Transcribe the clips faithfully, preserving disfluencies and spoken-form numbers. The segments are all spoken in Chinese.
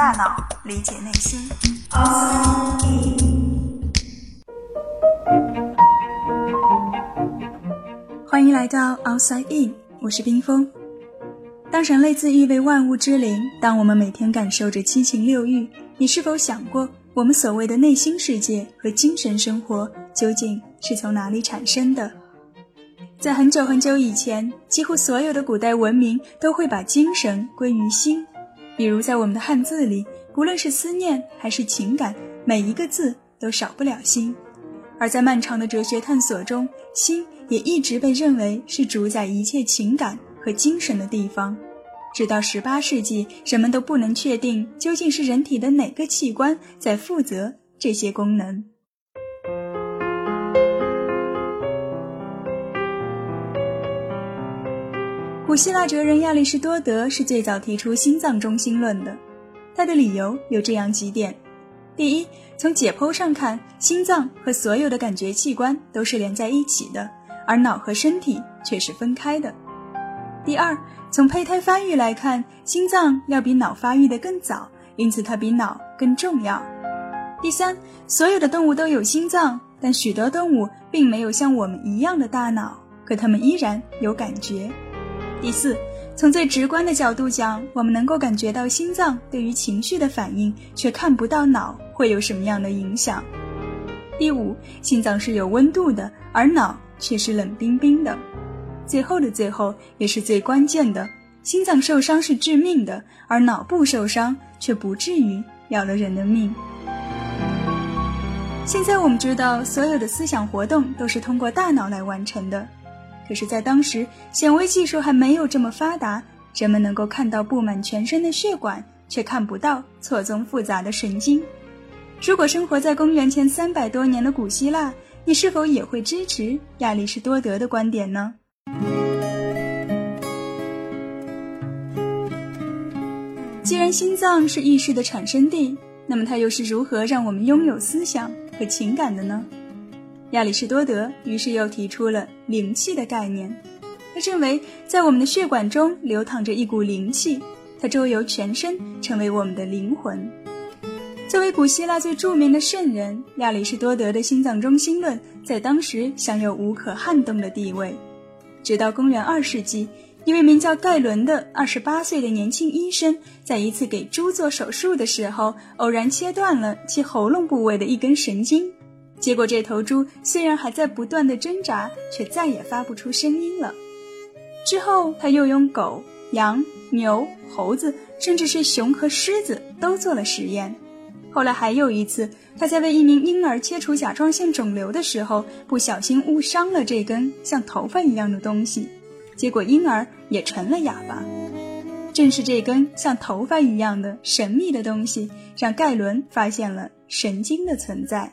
大脑，理解内心。欢迎来到 Outside In， 我是冰峰。当人类自诩为万物之灵，当我们每天感受着七情六欲，你是否想过，我们所谓的内心世界和精神生活究竟是从哪里产生的？在很久很久以前，几乎所有的古代文明都会把精神归于心。比如在我们的汉字里，不论是思念还是情感，每一个字都少不了心。而在漫长的哲学探索中，心也一直被认为是主宰一切情感和精神的地方。直到十八世纪，人们都不能确定究竟是人体的哪个器官在负责这些功能。古希腊哲人亚里士多德是最早提出心脏中心论的，他的理由有这样几点：第一，从解剖上看，心脏和所有的感觉器官都是连在一起的，而脑和身体却是分开的。第二，从胚胎发育来看，心脏要比脑发育得更早，因此它比脑更重要。第三，所有的动物都有心脏，但许多动物并没有像我们一样的大脑，可它们依然有感觉。第四，从最直观的角度讲，我们能够感觉到心脏对于情绪的反应，却看不到脑会有什么样的影响。第五，心脏是有温度的，而脑却是冷冰冰的。最后的最后，也是最关键的，心脏受伤是致命的，而脑部受伤却不至于要了人的命。现在我们知道，所有的思想活动都是通过大脑来完成的。可是在当时，显微技术还没有这么发达，人们能够看到布满全身的血管，却看不到错综复杂的神经。如果生活在公元前三百多年的古希腊，你是否也会支持亚里士多德的观点呢？既然心脏是意识的产生地，那么它又是如何让我们拥有思想和情感的呢？亚里士多德于是又提出了灵气的概念。他认为在我们的血管中流淌着一股灵气，它周游全身，成为我们的灵魂。作为古希腊最著名的圣人，亚里士多德的心脏中心论在当时享有无可撼动的地位。直到公元二世纪，一位名叫盖伦的二十八岁的年轻医生，在一次给猪做手术的时候，偶然切断了其喉咙部位的一根神经。结果这头猪虽然还在不断的挣扎，却再也发不出声音了。之后他又用狗、羊、牛、猴子，甚至是熊和狮子都做了实验。后来还有一次，他在为一名婴儿切除甲状腺肿瘤的时候，不小心误伤了这根像头发一样的东西，结果婴儿也成了哑巴。正是这根像头发一样的神秘的东西，让盖伦发现了神经的存在。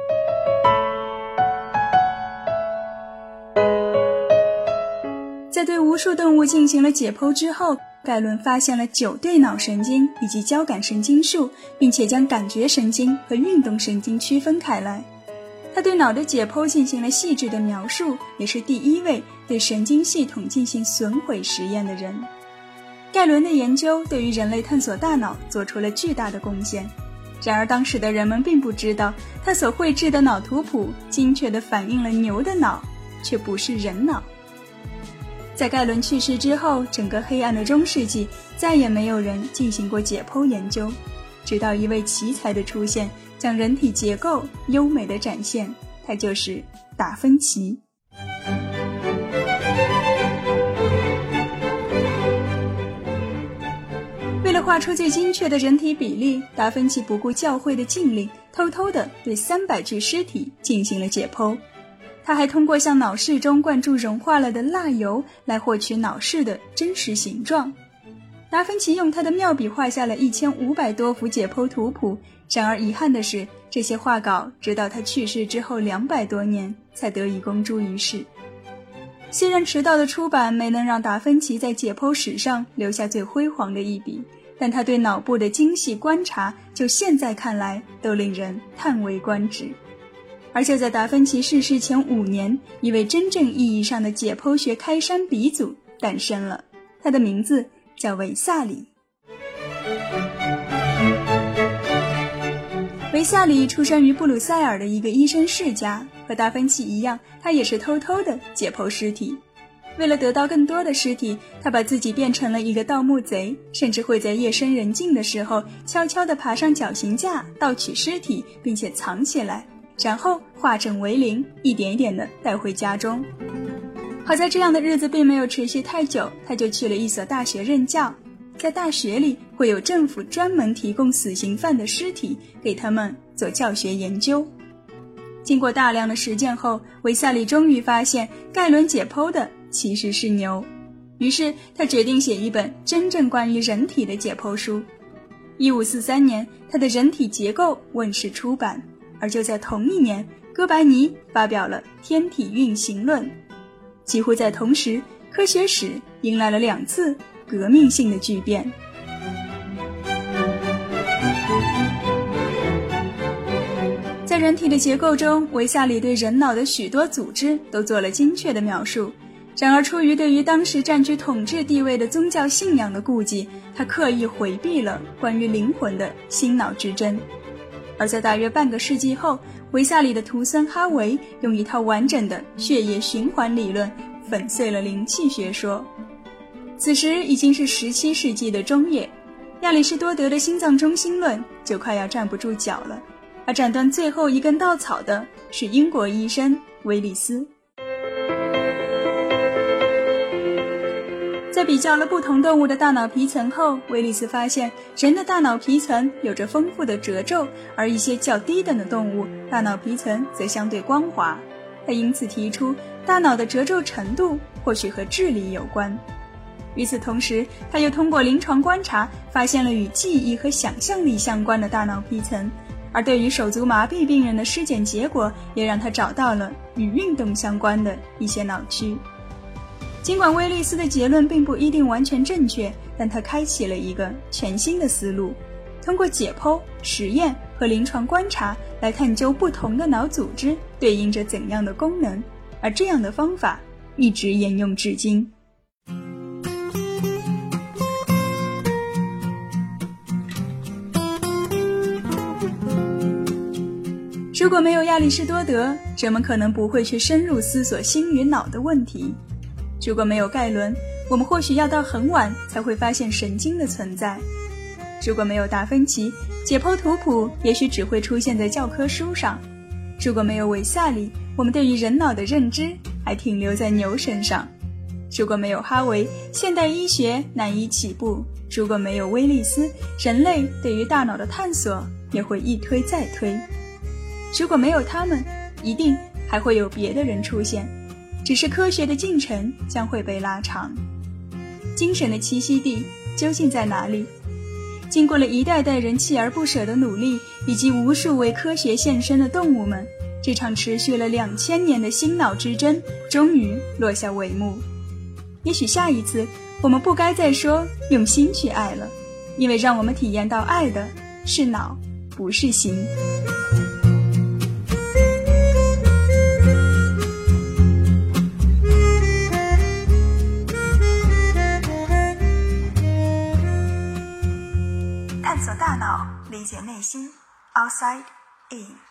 在对无数动物进行了解剖之后，盖伦发现了九对脑神经以及交感神经束，并且将感觉神经和运动神经区分开来。他对脑的解剖进行了细致的描述，也是第一位对神经系统进行损毁实验的人。盖伦的研究对于人类探索大脑做出了巨大的贡献。然而当时的人们并不知道，他所绘制的脑图谱精确地反映了牛的脑，却不是人脑。在盖伦去世之后，整个黑暗的中世纪再也没有人进行过解剖研究，直到一位奇才的出现，将人体结构优美地展现，他就是达芬奇。为了画出最精确的人体比例，达芬奇不顾教会的禁令，偷偷地对三百具尸体进行了解剖。他还通过向脑室中灌注融化了的蜡油来获取脑室的真实形状。达芬奇用他的妙笔画下了一千五百多幅解剖图谱，然而遗憾的是，这些画稿直到他去世之后两百多年才得以公诸于世。虽然迟到的出版没能让达芬奇在解剖史上留下最辉煌的一笔，但他对脑部的精细观察，就现在看来都令人叹为观止。而就在达芬奇逝世前五年，一位真正意义上的解剖学开山鼻祖诞生了，他的名字叫维萨里。 维萨里出生于布鲁塞尔的一个医生世家，和达芬奇一样，他也是偷偷地解剖尸体。为了得到更多的尸体，他把自己变成了一个盗墓贼，甚至会在夜深人静的时候悄悄地爬上绞刑架盗取尸体，并且藏起来，然后化整为零，一点一点地带回家中。好在这样的日子并没有持续太久，他就去了一所大学任教。在大学里会有政府专门提供死刑犯的尸体给他们做教学研究。经过大量的实践后，维萨里终于发现盖伦解剖的其实是牛，于是他决定写一本真正关于人体的解剖书。一五四三年，他的人体结构问世出版，而就在同一年，哥白尼发表了《天体运行论》。几乎在同时，科学史迎来了两次革命性的巨变。在人体的结构中，维萨里对人脑的许多组织都做了精确的描述。然而出于对于当时占据统治地位的宗教信仰的顾忌，他刻意回避了关于灵魂的心脑之争。而在大约半个世纪后，维萨里的徒孙哈维用一套完整的血液循环理论粉碎了灵气学说。此时已经是十七世纪的中叶，亚里士多德的心脏中心论就快要站不住脚了，而斩断最后一根稻草的是英国医生威利斯。在比较了不同动物的大脑皮层后，威利斯发现人的大脑皮层有着丰富的褶皱，而一些较低等的动物大脑皮层则相对光滑。他因此提出大脑的褶皱程度或许和智力有关。与此同时，他又通过临床观察发现了与记忆和想象力相关的大脑皮层，而对于手足麻痹病人的尸检结果也让他找到了与运动相关的一些脑区。尽管威利斯的结论并不一定完全正确，但他开启了一个全新的思路，通过解剖、实验和临床观察来探究不同的脑组织对应着怎样的功能，而这样的方法一直沿用至今。如果没有亚里士多德，人们可能不会去深入思索心与脑的问题。如果没有盖伦，我们或许要到很晚才会发现神经的存在。如果没有达芬奇，解剖图谱也许只会出现在教科书上。如果没有维萨里，我们对于人脑的认知还停留在牛身上。如果没有哈维，现代医学难以起步。如果没有威利斯，人类对于大脑的探索也会一推再推。如果没有他们，一定还会有别的人出现，只是科学的进程将会被拉长。精神的栖息地究竟在哪里？经过了一代代人锲而不舍的努力，以及无数为科学献身的动物们，这场持续了两千年的心脑之争终于落下帷幕。也许下一次我们不该再说用心去爱了，因为让我们体验到爱的是脑，不是心。探索大脑，理解内心 ，Outside In。